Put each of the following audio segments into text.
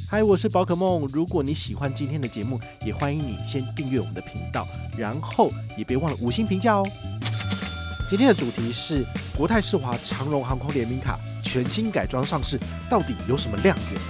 嗨，我是宝可梦。如果你喜欢今天的节目，也欢迎你先订阅我们的频道，然后也别忘了5星评价哦。今天的主题是国泰世华长荣航空联名卡全新改装上市，到底有什么亮点？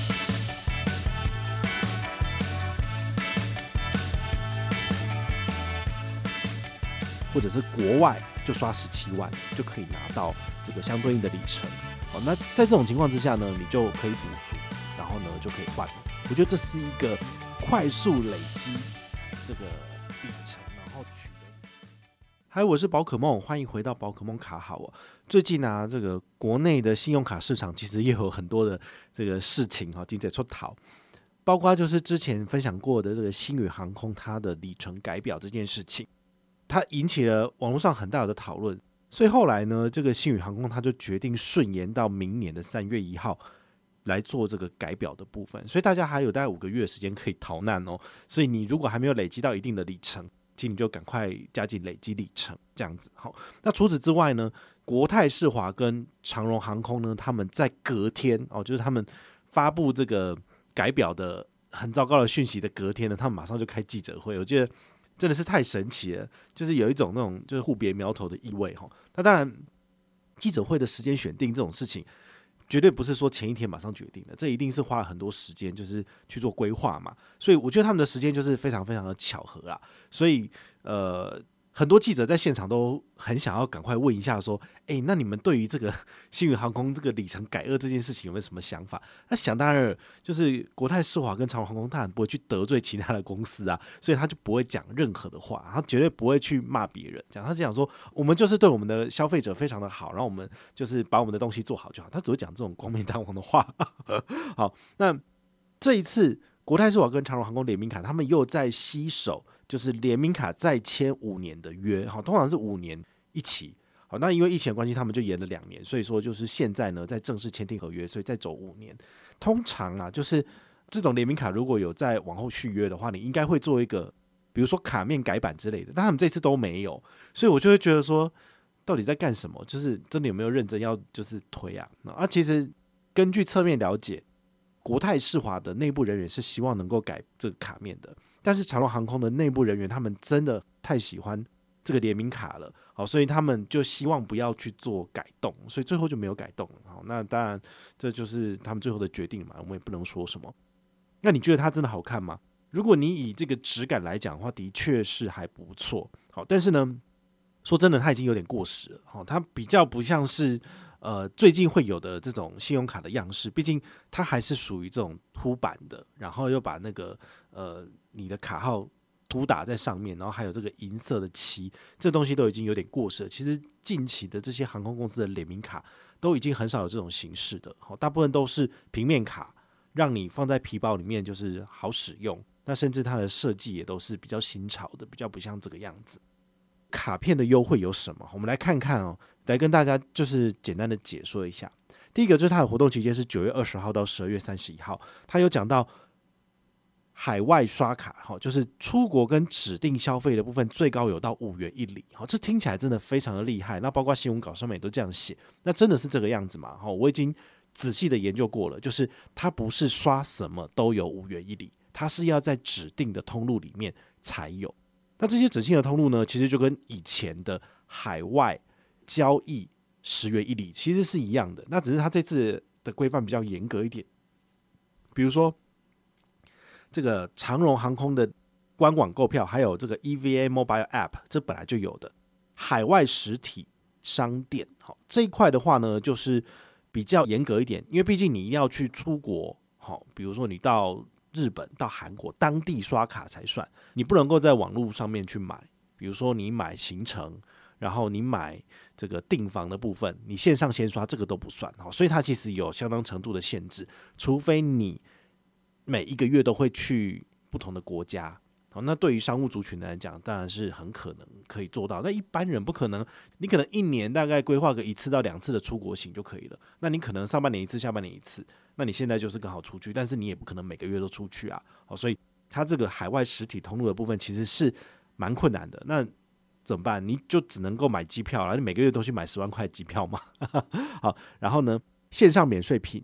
或者是国外就刷17万就可以拿到这个相对应的里程。好，那在这种情况之下呢，你就可以补足，然后呢就可以换了。我觉得这是一个快速累积这个里程，然后取得。嗨，我是宝可梦，欢迎回到宝可梦卡好哦。最近啊，这个国内的信用卡市场其实也有很多的这个事情哈，正在出逃，包括就是之前分享过的这个星宇航空它的里程改表这件事情。它引起了网络上很大的讨论，所以后来呢，这个星宇航空它就决定顺延到明年的3月1号来做这个改表的部分，所以大家还有大概5个月的时间可以逃难哦。所以你如果还没有累积到一定的里程，请你就赶快加紧累积里程，这样子。好，那除此之外呢，国泰世华跟长荣航空呢，他们在隔天哦，就是他们发布这个改表的很糟糕的讯息的隔天呢，他们马上就开记者会，我觉得真的是太神奇了，就是有一种那种就是互别苗头的意味哈。那当然，记者会的时间选定这种事情，绝对不是说前一天马上决定的，这一定是花了很多时间，就是去做规划嘛。所以我觉得他们的时间就是非常非常的巧合啦。所以很多记者在现场都很想要赶快问一下说，那你们对于这个星宇航空这个里程改2这件事情有没有什么想法？那想当然就是国泰世华跟长荣航空，他很不会去得罪其他的公司啊，所以他就不会讲任何的话，他绝对不会去骂别人，他就讲说我们就是对我们的消费者非常的好，然后我们就是把我们的东西做好就好，他只会讲这种光明堂皇的话。好，那这一次国泰世华跟长荣航空联名卡，他们又在携手，就是联名卡再签5年的约，通常是5年一期。好，那因为疫情的关系，他们就延了2年，所以说就是现在呢，在正式签订合约，所以再走5年。通常啊，就是这种联名卡如果有再往后续约的话，你应该会做一个，比如说卡面改版之类的，但他们这次都没有，所以我就会觉得说，到底在干什么？就是真的有没有认真要就是推啊？其实根据侧面了解，国泰世华的内部人员是希望能够改这个卡面的，但是长荣航空的内部人员他们真的太喜欢这个联名卡了，好，所以他们就希望不要去做改动，所以最后就没有改动。好，那当然这就是他们最后的决定嘛，我们也不能说什么。那你觉得它真的好看吗？如果你以这个质感来讲的话，的确是还不错。好，但是呢，说真的，它已经有点过时了。好，它比较不像是最近会有的这种信用卡的样式，毕竟它还是属于这种凸版的，然后又把那个你的卡号涂打在上面，然后还有这个银色的漆，这东西都已经有点过时了。其实近期的这些航空公司的联名卡都已经很少有这种形式的，大部分都是平面卡，让你放在皮包里面就是好使用。那甚至它的设计也都是比较新潮的，比较不像这个样子。卡片的优惠有什么？我们来看看哦，来跟大家就是简单的解说一下。第一个就是它的活动期间是9月20号到12月31号，它有讲到海外刷卡，就是出国跟指定消费的部分最高有到5元1里，这听起来真的非常的厉害。那包括新闻稿上面也都这样写，那真的是这个样子吗？我已经仔细的研究过了，就是它不是刷什么都有5元1里，它是要在指定的通路里面才有。那这些指定的通路呢，其实就跟以前的海外交易10元1里其实是一样的，那只是它这次的规范比较严格一点。比如说这个长荣航空的官网购票，还有这个 EVA Mobile App， 这本来就有的海外实体商店，好，这一块的话呢，就是比较严格一点，因为毕竟你要去出国，好，比如说你到日本、到韩国当地刷卡才算，你不能够在网络上面去买。比如说你买行程，然后你买这个订房的部分，你线上先刷，这个都不算。所以它其实有相当程度的限制，除非你每一个月都会去不同的国家。那对于商务族群来讲，当然是很可能可以做到。那一般人不可能，你可能1年大概规划个1次到2次的出国行就可以了。那你可能上半年1次，下半年1次。那你现在就是刚好出去，但是你也不可能每个月都出去啊。所以它这个海外实体通路的部分其实是蛮困难的。那怎么办？你就只能够买机票了，你每个月都去买10万块机票嘛。好，然后呢，线上免税品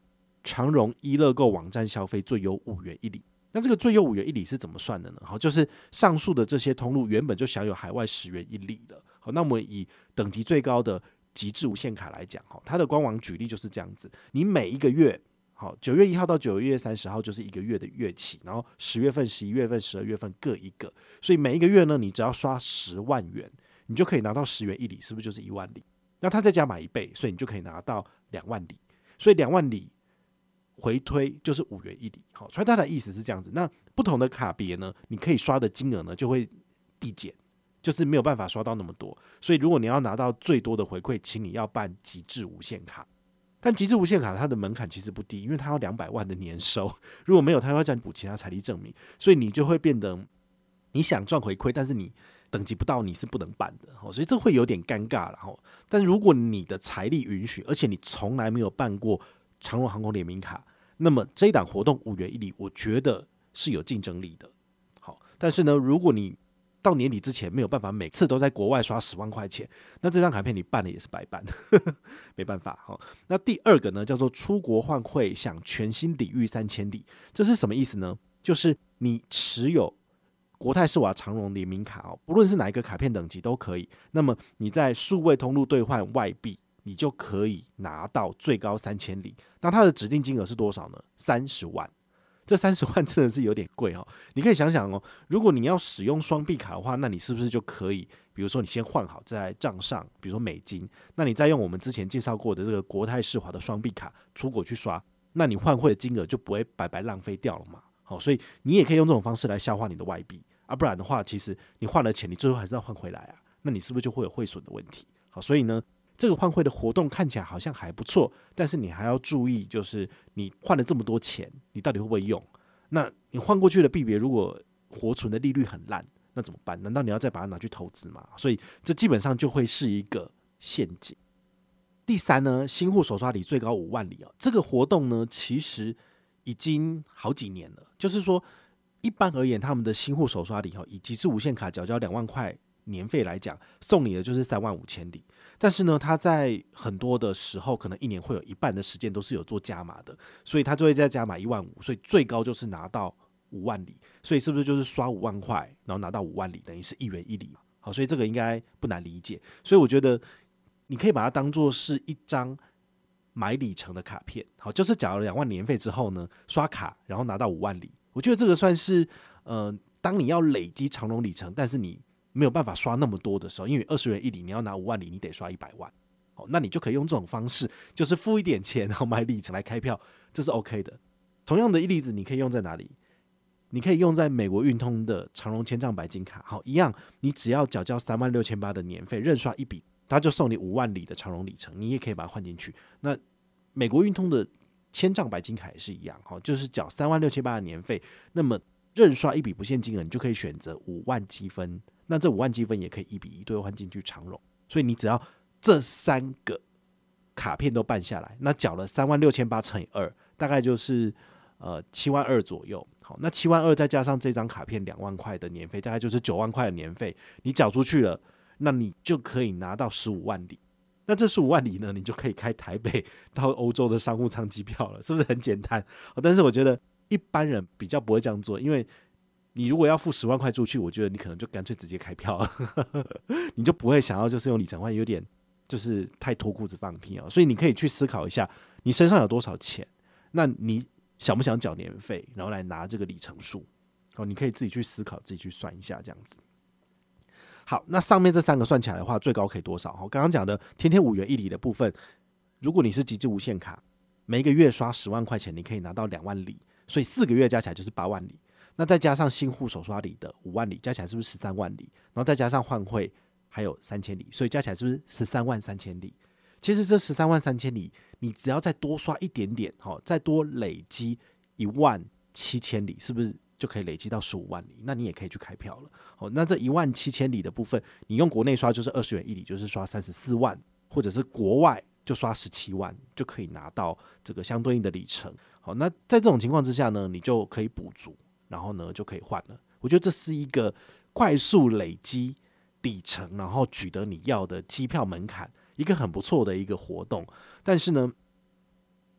长荣一乐购网站消费最优5元1里。那这个最优5元1里是怎么算的呢？好，就是上述的这些通路原本就享有海外10元1里了。好，那我们以等级最高的极致无限卡来讲，它的官网举例就是这样子：你每一个月，好，9月1号到9月30号就是一个月的月期，然后10月份、11月份、12月份各一个，所以每一个月呢，你只要刷10万元，你就可以拿到10元1里，是不是就是1万里？那他再加买1倍，所以你就可以拿到2万里，所以2万里回推就是5元1里。好，所以它的意思是这样子。那不同的卡别呢，你可以刷的金额呢就会递减，就是没有办法刷到那么多。所以如果你要拿到最多的回馈，请你要办极致无限卡。但极致无限卡它的门槛其实不低，因为它要200万的年收，如果没有，它要叫你补其他财力证明，所以你就会变得你想赚回馈，但是你等级不到，你是不能办的，所以这会有点尴尬了。但如果你的财力允许，而且你从来没有办过长荣航空联名卡，那么这一档活动5元1里，我觉得是有竞争力的。好，但是呢，如果你到年底之前没有办法每次都在国外刷10万块钱，那这张卡片你办了也是白办，没办法。好，那第二个呢，叫做出国换汇享全新礼遇3000里，这是什么意思呢？就是你持有国泰世华长荣联名卡，不论是哪一个卡片等级都可以，那么你在数位通路兑换外币，你就可以拿到最高3000里。那它的指定金额是多少呢？30万。这30万真的是有点贵哦。你可以想想哦，如果你要使用双币卡的话，那你是不是就可以，比如说你先换好在账上，比如说美金，那你再用我们之前介绍过的这个国泰世华的双币卡出国去刷，那你换汇的金额就不会白白浪费掉了嘛。好，所以你也可以用这种方式来消化你的外币啊，不然的话，其实你换了钱，你最后还是要换回来啊，那你是不是就会有汇损的问题？好，所以呢，这个换汇的活动看起来好像还不错，但是你还要注意，就是你换了这么多钱，你到底会不会用？那你换过去的币别如果活存的利率很烂，那怎么办？难道你要再把它拿去投资吗？所以这基本上就会是一个陷阱。第三呢，新户手刷礼最高5万里，这个活动呢其实已经好几年了，就是说一般而言，他们的新户手刷礼以极致无限卡缴交2万块年费来讲，送你的就是3万5千里。但是呢，他在很多的时候，可能一年会有一半的时间都是有做加码的，所以他就会再加码1万5，所以最高就是拿到5万里。所以是不是就是刷5万块，然后拿到5万里，等于是1元1里？好，所以这个应该不难理解。所以我觉得你可以把它当作是一张买里程的卡片。好，就是缴了2万年费之后呢，刷卡然后拿到5万里。我觉得这个算是当你要累积长荣里程，但是你没有办法刷那么多的时候，因为20元1里，你要拿5万里，你得刷100万。好，那你就可以用这种方式，就是付一点钱，然后买里程来开票，这是 OK 的。同样的例子，你可以用在哪里？你可以用在美国运通的长荣千丈白金卡。好，一样，你只要缴交36800的年费，认刷一笔，他就送你5万里的长荣里程，你也可以把它换进去。那美国运通的千丈白金卡也是一样，就是缴36800的年费，那么认刷一笔不限金额，你就可以选择5万积分。那这5万积分也可以1比1兑换进去长荣，所以你只要这3个卡片都办下来，那缴了36800乘以2，大概就是7万2左右。好，那7万2再加上这张卡片2万块的年费，大概就是9万块的年费，你缴出去了，那你就可以拿到15万里。那这15万里呢，你就可以开台北到欧洲的商务舱机票了，是不是很简单？但是我觉得一般人比较不会这样做，因为你如果要付10万块出去，我觉得你可能就干脆直接开票了你就不会想要就是用里程换，有点就是太脱裤子放屁啊。所以你可以去思考一下，你身上有多少钱，那你想不想缴年费，然后来拿这个里程数？你可以自己去思考，自己去算一下这样子。好，那上面这3个算起来的话，最高可以多少？刚刚讲的天天5元1里的部分，如果你是极致无限卡，每一个月刷10万块钱，你可以拿到2万里，所以4个月加起来就是8万里。那再加上新户手刷里的5万里，加起来是不是13万里？然后再加上换汇还有3000里，所以加起来是不是13万3千里？其实这13万3千里，你只要再多刷一点点，再多累积1万7千里，是不是就可以累积到15万里？那你也可以去开票了。那这1万7千里的部分，你用国内刷就是20元1里，就是刷34万，或者是国外就刷17万，就可以拿到这个相对应的里程。好，那在这种情况之下呢，你就可以补足，然后呢就可以换了。我觉得这是一个快速累积里程，然后取得你要的机票门槛，一个很不错的一个活动。但是呢，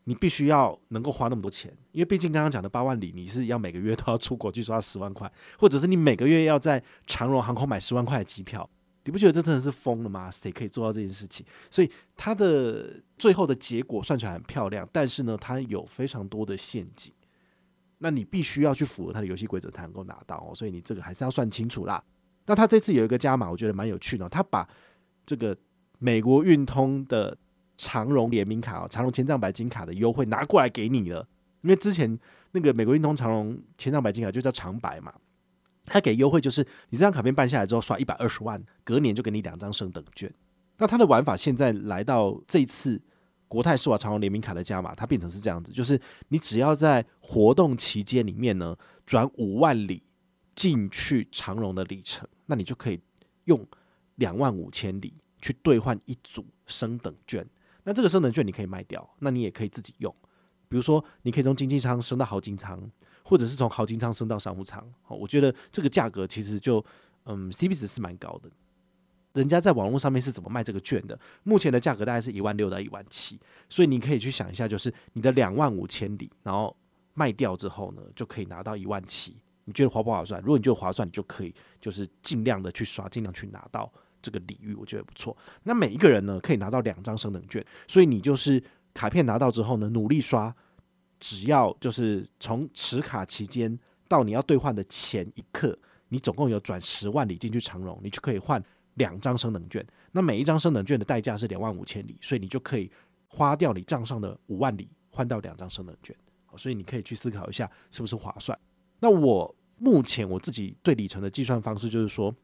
你必须要能够花那么多钱，因为毕竟刚刚讲的8万里，你是要每个月都要出国去刷10万块，或者是你每个月要在长荣航空买10万块的机票，你不觉得这真的是疯了吗？谁可以做到这件事情？所以它的最后的结果算起来很漂亮，但是呢，它有非常多的陷阱，那你必须要去符合它的游戏规则才能够拿到所以你这个还是要算清楚啦。那他这次有一个加码，我觉得蛮有趣的，他把这个美国运通的长荣联名卡长荣千丈白金卡的优惠拿过来给你了，因为之前那个美国运通长荣千丈白金卡就叫长白嘛，他给优惠就是你这张卡片办下来之后刷120万，隔年就给你2张升等券。那他的玩法现在来到这一次国泰世华长荣联名卡的加码，它变成是这样子，就是你只要在活动期间里面呢转5万里进去长荣的里程，那你就可以用25000里去兑换一组升等券。那这个升等券你可以卖掉，那你也可以自己用。比如说，你可以从经济舱升到豪金舱，或者是从豪金舱升到商务舱。我觉得这个价格其实就CP 值是蛮高的。人家在网络上面是怎么卖这个券的？目前的价格大概是16000到17000，所以你可以去想一下，就是你的25000里，然后卖掉之后呢，就可以拿到17000。你觉得划不划算？如果你觉得划算，你就可以就是尽量的去刷，尽量去拿到这个礼遇，我觉得不错。那每一个人呢可以拿到2张升等券，所以你就是卡片拿到之后呢，努力刷，只要就是从持卡期间到你要兑换的前一刻，你总共有转10万里进去长荣，你就可以换2张升等券。那每一张升等券的代价是25000里，所以你就可以花掉你账上的5万里，换到2张升等券。所以你可以去思考一下是不是划算。那我目前我自己对里程的计算方式就是说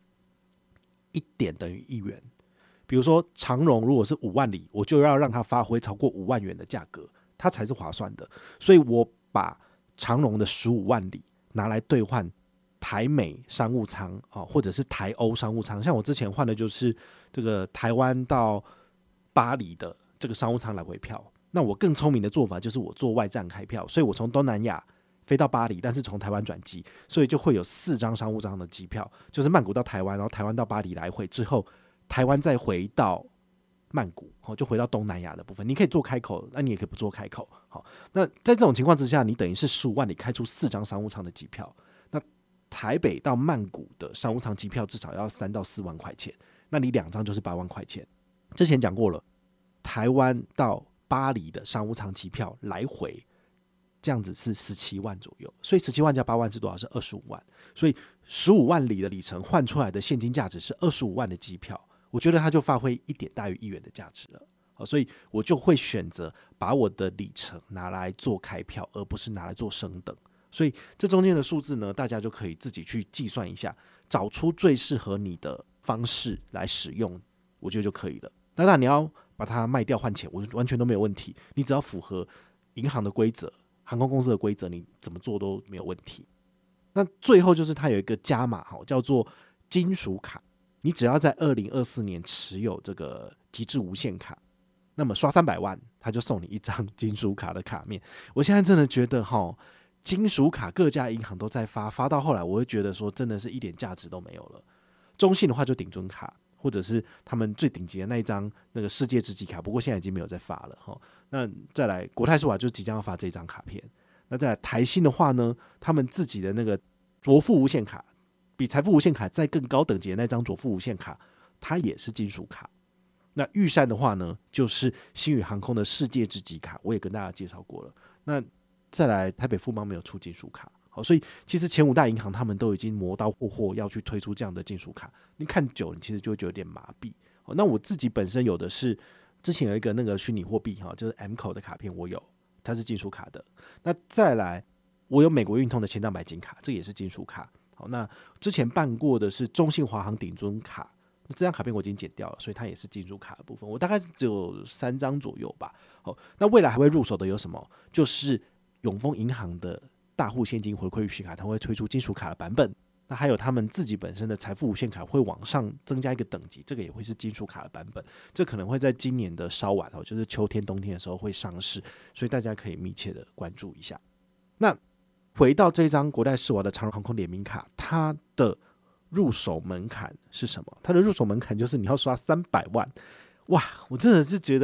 ，1点等于1元。比如说长荣如果是5万里，我就要让它发挥超过5万元的价格，它才是划算的。所以我把长荣的15万里拿来兑换台美商务舱或者是台欧商务舱。像我之前换的就是这个台湾到巴黎的这个商务舱来回票。那我更聪明的做法就是我做外站开票，所以我从东南亚飞到巴黎，但是从台湾转机，所以就会有4张商务舱的机票，就是曼谷到台湾，然后台湾到巴黎来回，最后台湾再回到曼谷，就回到东南亚的部分。你可以做开口，那你也可以不做开口。好，那在这种情况之下，你等于是15万里开出4张商务舱的机票，那台北到曼谷的商务舱机票至少要3到4万块钱，那你2张就是8万块钱。之前讲过了，台湾到巴黎的商务舱机票来回这样子是17万左右，所以17万加8万是多少？是25万。所以15万里的里程换出来的现金价值是25万的机票，我觉得它就发挥1点大于1元的价值了。所以我就会选择把我的里程拿来做开票，而不是拿来做升等。所以这中间的数字呢，大家就可以自己去计算一下，找出最适合你的方式来使用，我觉得就可以了。当然你要把它卖掉换钱，我完全都没有问题，你只要符合银行的规则、航空公司的规则，你怎么做都没有问题。那最后就是它有一个加码，叫做金属卡。你只要在2024年持有这个极致无限卡，那么刷300万，他就送你1张金属卡的卡面。我现在真的觉得金属卡各家银行都在发到后来，我会觉得说真的是一点价值都没有了。中信的话就顶尊卡，或者是他们最顶级的那一张那个世界之极卡，不过现在已经没有在发了。那再来国泰世华就即将要发这张卡片。那再来台新的话呢，他们自己的那个卓富无限卡，比财富无限卡再更高等级的那张卓富无限卡，它也是金属卡。那玉山的话呢，就是星宇航空的世界之极卡，我也跟大家介绍过了。那再来台北富邦没有出金属卡，好，所以其实前5大银行他们都已经磨刀霍霍要去推出这样的金属卡，你看久你其实就会觉得有点麻痹。那我自己本身有的是之前有一个那个虚拟货币就是 M-KO 的卡片，我有，它是金属卡的。那再来我有美国运通的千丈白金卡，这也是金属卡。好，那之前办过的是中信华航顶尊卡，这张卡片我已经剪掉了，所以它也是金属卡的部分，我大概是只有3张左右吧。好，那未来还会入手的有什么？就是永丰银行的大户现金回馈预期卡，它会推出金属卡的版本。那还有他们自己本身的财富无限卡会往上增加一个等级，这个也会是金属卡的版本。这可能会在今年的稍晚，就是秋天冬天的时候会上市，所以大家可以密切的关注一下。那回到这张国泰世华的长荣航空联名卡，它的入手门槛是什么？它的入手门槛就是你要刷300万。哇，我真的是觉得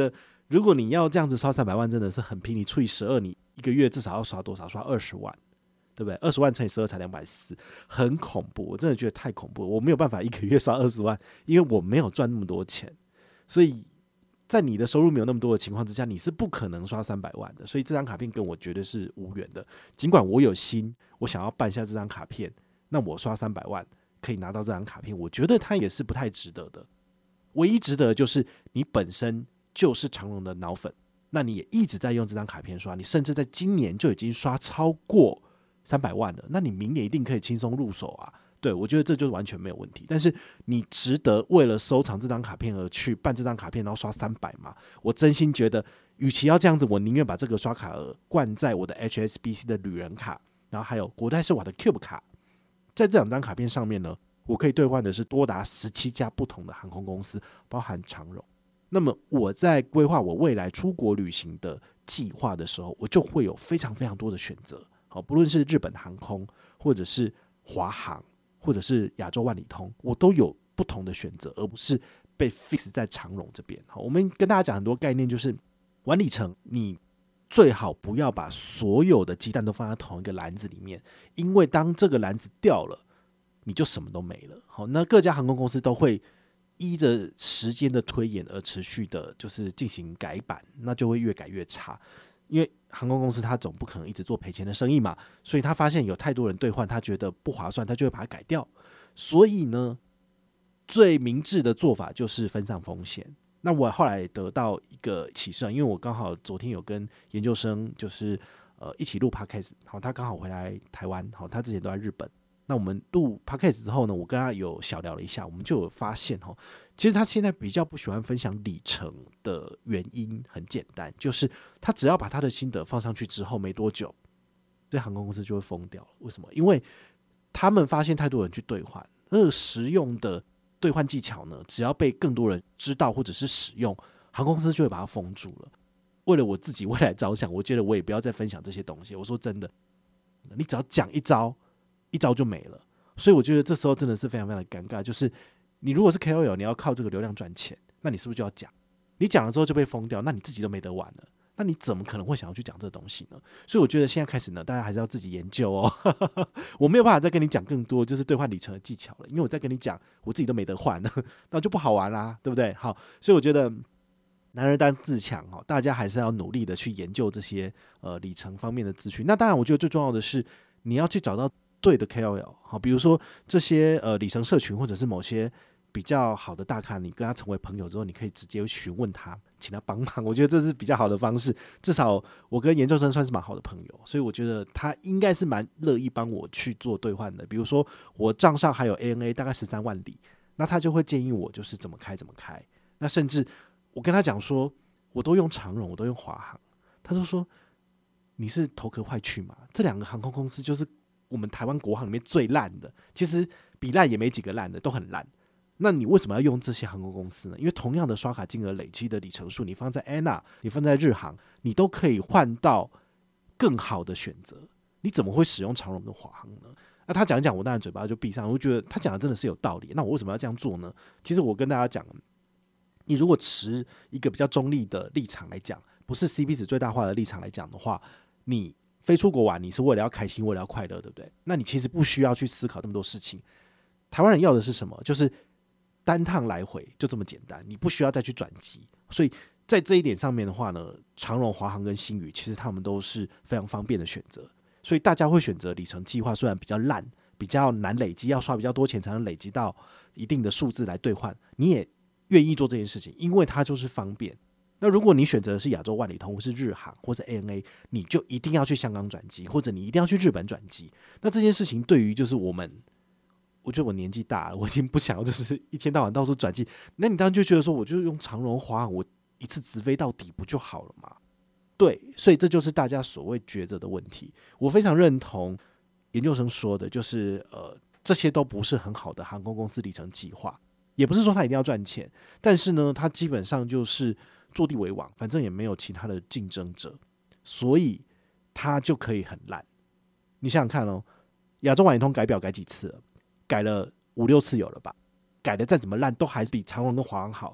如果你要这样子刷300万，真的是很拼，你除以12，你一个月至少要刷多少？刷20万，对不对？20万乘以12才240，很恐怖。我真的觉得太恐怖了，我没有办法一个月刷20万，因为我没有赚那么多钱，所以在你的收入没有那么多的情况之下，你是不可能刷300万的。所以这张卡片跟我绝对是无缘的。尽管我有心，我想要办下这张卡片，那我刷300万可以拿到这张卡片，我觉得它也是不太值得的。唯一值得的就是你本身就是长荣的脑粉，那你也一直在用这张卡片刷，你甚至在今年就已经刷超过300万了，那你明年一定可以轻松入手啊。对，我觉得这就完全没有问题。但是你值得为了收藏这张卡片而去办这张卡片，然后刷300吗？我真心觉得，与其要这样子，我宁愿把这个刷卡额灌在我的 HSBC 的旅人卡，然后还有国泰世华的 Cube 卡，在这2张卡片上面呢，我可以兑换的是多达17家不同的航空公司，包含长荣。那么我在规划我未来出国旅行的计划的时候，我就会有非常非常多的选择。好，不论是日本航空，或者是华航，或者是亚洲万里通，我都有不同的选择，而不是被 fix 在长荣这边。好，我们跟大家讲很多概念，就是晚里程你最好不要把所有的鸡蛋都放在同一个篮子里面，因为当这个篮子掉了，你就什么都没了。好，那各家航空公司都会依着时间的推演而持续的，就是进行改版，那就会越改越差。因为航空公司它总不可能一直做赔钱的生意嘛，所以他发现有太多人兑换，他觉得不划算，他就会把它改掉。所以呢，最明智的做法就是分散风险。那我后来得到一个启示，因为我刚好昨天有跟研究生就是一起录 podcast， 好，他刚好回来台湾，好，他之前都在日本。那我们录 podcast 之后呢，我跟他有小聊了一下，我们就有发现其实他现在比较不喜欢分享里程的原因很简单，就是他只要把他的心得放上去之后没多久，这航空公司就会疯掉了。为什么？因为他们发现太多人去兑换，那个实用的兑换技巧呢，只要被更多人知道或者是使用，航空公司就会把它封住了。为了我自己未来着想，我觉得我也不要再分享这些东西。我说真的，你只要讲一招就没了。所以我觉得这时候真的是非常非常的尴尬，就是你如果是 KOL， 你要靠这个流量赚钱，那你是不是就要讲？你讲了之后就被封掉，那你自己都没得玩了，那你怎么可能会想要去讲这个东西呢？所以我觉得现在开始呢，大家还是要自己研究哦。我没有办法再跟你讲更多就是兑换里程的技巧了，因为我再跟你讲，我自己都没得换了，那就不好玩啦，对不对？好，所以我觉得男人当自强，大家还是要努力的去研究这些里程方面的资讯。那当然，我觉得最重要的是你要去找到对的 KOL， 好，比如说这些里程社群或者是某些比较好的大咖，你跟他成为朋友之后，你可以直接询问他，请他帮忙。我觉得这是比较好的方式。至少我跟研究生算是蛮好的朋友，所以我觉得他应该是蛮乐意帮我去做兑换的。比如说我账上还有 ANA 大概13万里，那他就会建议我就是怎么开怎么开。那甚至我跟他讲说，我都用长荣，我都用华航，他就说你是头壳坏去嘛？这2个航空公司就是我们台湾国航里面最烂的，其实比烂也没几个烂的，都很烂。那你为什么要用这些航空公司呢？因为同样的刷卡金额累积的里程数，你放在 ANA， 你放在日航，你都可以换到更好的选择。你怎么会使用长荣跟华航呢？那他讲一讲，我当然嘴巴就闭上，我就觉得他讲的真的是有道理。那我为什么要这样做呢？其实我跟大家讲，你如果持一个比较中立的立场来讲，不是 CP 值最大化的立场来讲的话，你飞出国玩，你是为了要开心，为了要快乐，对不对？那你其实不需要去思考那么多事情。台湾人要的是什么？就是单趟来回，就这么简单，你不需要再去转机。所以在这一点上面的话呢，长荣、华航跟星宇其实他们都是非常方便的选择。所以大家会选择里程计划，虽然比较烂，比较难累积，要刷比较多钱才能累积到一定的数字来兑换，你也愿意做这件事情，因为它就是方便。那如果你选择的是亚洲万里通，或是日航，或是 ANA， 你就一定要去香港转机，或者你一定要去日本转机。那这件事情对于就是我觉得我年纪大了，我已经不想要就是一天到晚到处转机。那你当然就觉得说，我就用长荣、华航，我一次直飞到底不就好了吗？对，所以这就是大家所谓抉择的问题。我非常认同研究生说的，就是这些都不是很好的航空公司里程计划，也不是说他一定要赚钱，但是呢，他基本上就是坐地为王，反正也没有其他的竞争者，所以他就可以很烂。你想想看哦，亚洲万里通改表改几次了？改了5-6次有了吧？改的再怎么烂，都还是比长荣跟华航好。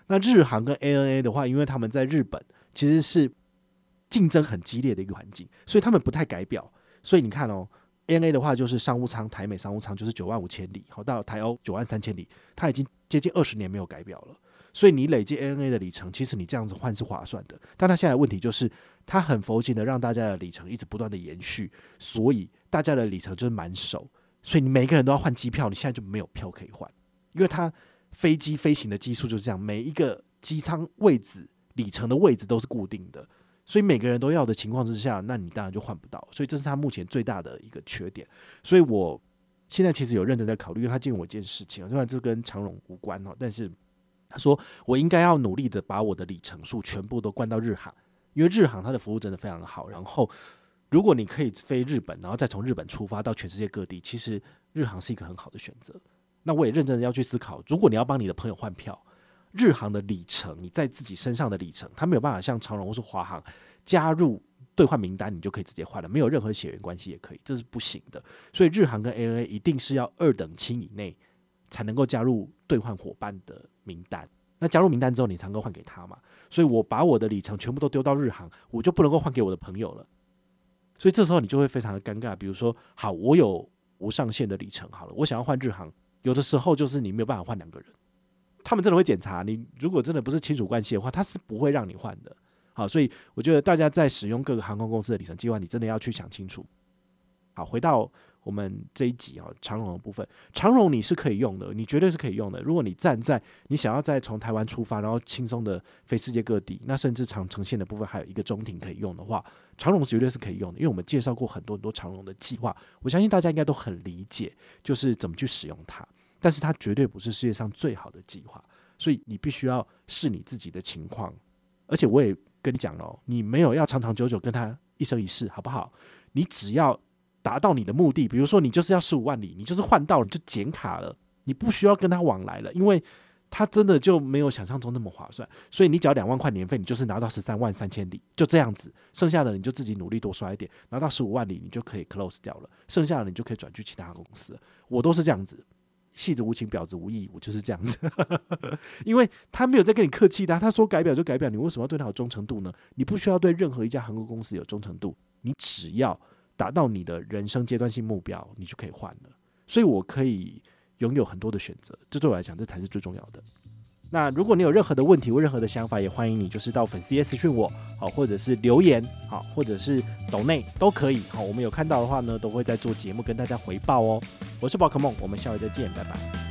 那日航跟 ANA 的话，因为他们在日本其实是竞争很激烈的一个环境，所以他们不太改表。所以你看哦 ，ANA 的话就是商务舱，台美商务舱就是95000里，好到台欧93000里，它已经接近20年没有改表了。所以你累积 ANA 的里程，其实你这样子换是划算的。但它现在的问题就是，它很佛心的让大家的里程一直不断的延续，所以大家的里程就是满手。所以你每个人都要换机票，你现在就没有票可以换，因为它飞机飞行的技术就是这样，每一个机舱位置、里程的位置都是固定的，所以每个人都要的情况之下，那你当然就换不到。所以这是它目前最大的一个缺点。所以我现在其实有认真在考虑，因为他建议我一件事情，虽然这跟长荣无关，但是他说我应该要努力的把我的里程数全部都关到日航，因为日航它的服务真的非常好。然后如果你可以飞日本，然后再从日本出发到全世界各地，其实日航是一个很好的选择。那我也认真的要去思考，如果你要帮你的朋友换票，日航的里程你在自己身上的里程，它没有办法像长荣或是华航加入兑换名单，你就可以直接换了，没有任何血缘关系也可以，这是不行的。所以日航跟 ANA 一定是要2等亲以内才能够加入兑换伙伴的名单。那加入名单之后，你才能够换给他嘛。所以我把我的里程全部都丢到日航，我就不能够换给我的朋友了。所以这时候你就会非常的尴尬。比如说，好，我有无上限的里程，好了，我想要换日航，有的时候就是你没有办法换2个人，他们真的会检查你。如果真的不是亲属关系的话，他是不会让你换的。好，所以我觉得大家在使用各个航空公司的里程计划，你真的要去想清楚。好，回到我们这一集长荣的部分，长荣你是可以用的，你绝对是可以用的。如果你站在你想要再从台湾出发，然后轻松的飞世界各地，那甚至长程线的部分还有一个中停可以用的话，长荣绝对是可以用的。因为我们介绍过很多很多长荣的计划，我相信大家应该都很理解，就是怎么去使用它。但是它绝对不是世界上最好的计划，所以你必须要视你自己的情况。而且我也跟你讲了，你没有要长长久久跟他一生一世，好不好？你只要达到你的目的，比如说你就是要15万里，你就是换到了你就减卡了，你不需要跟他往来了，因为他真的就没有想象中那么划算。所以你只要2万块年费，你就是拿到13万3千里，就这样子。剩下的你就自己努力多刷一点，拿到15万里你就可以 close 掉了，剩下的你就可以转去其他公司了。我都是这样子，戏子无情，婊子无义，我就是这样子。因为他没有在跟你客气的，他说改表就改表，你为什么要对他有忠诚度呢？你不需要对任何一家航空公司有忠诚度，你只要达到你的人生阶段性目标，你就可以换了。所以我可以拥有很多的选择，这对我来讲这才是最重要的。那如果你有任何的问题或任何的想法，也欢迎你就是到粉丝页私讯我，好，或者是留言，好，或者是抖内都可以，好，我们有看到的话呢，都会在做节目跟大家回报哦。我是宝可梦，我们下回再见，拜拜。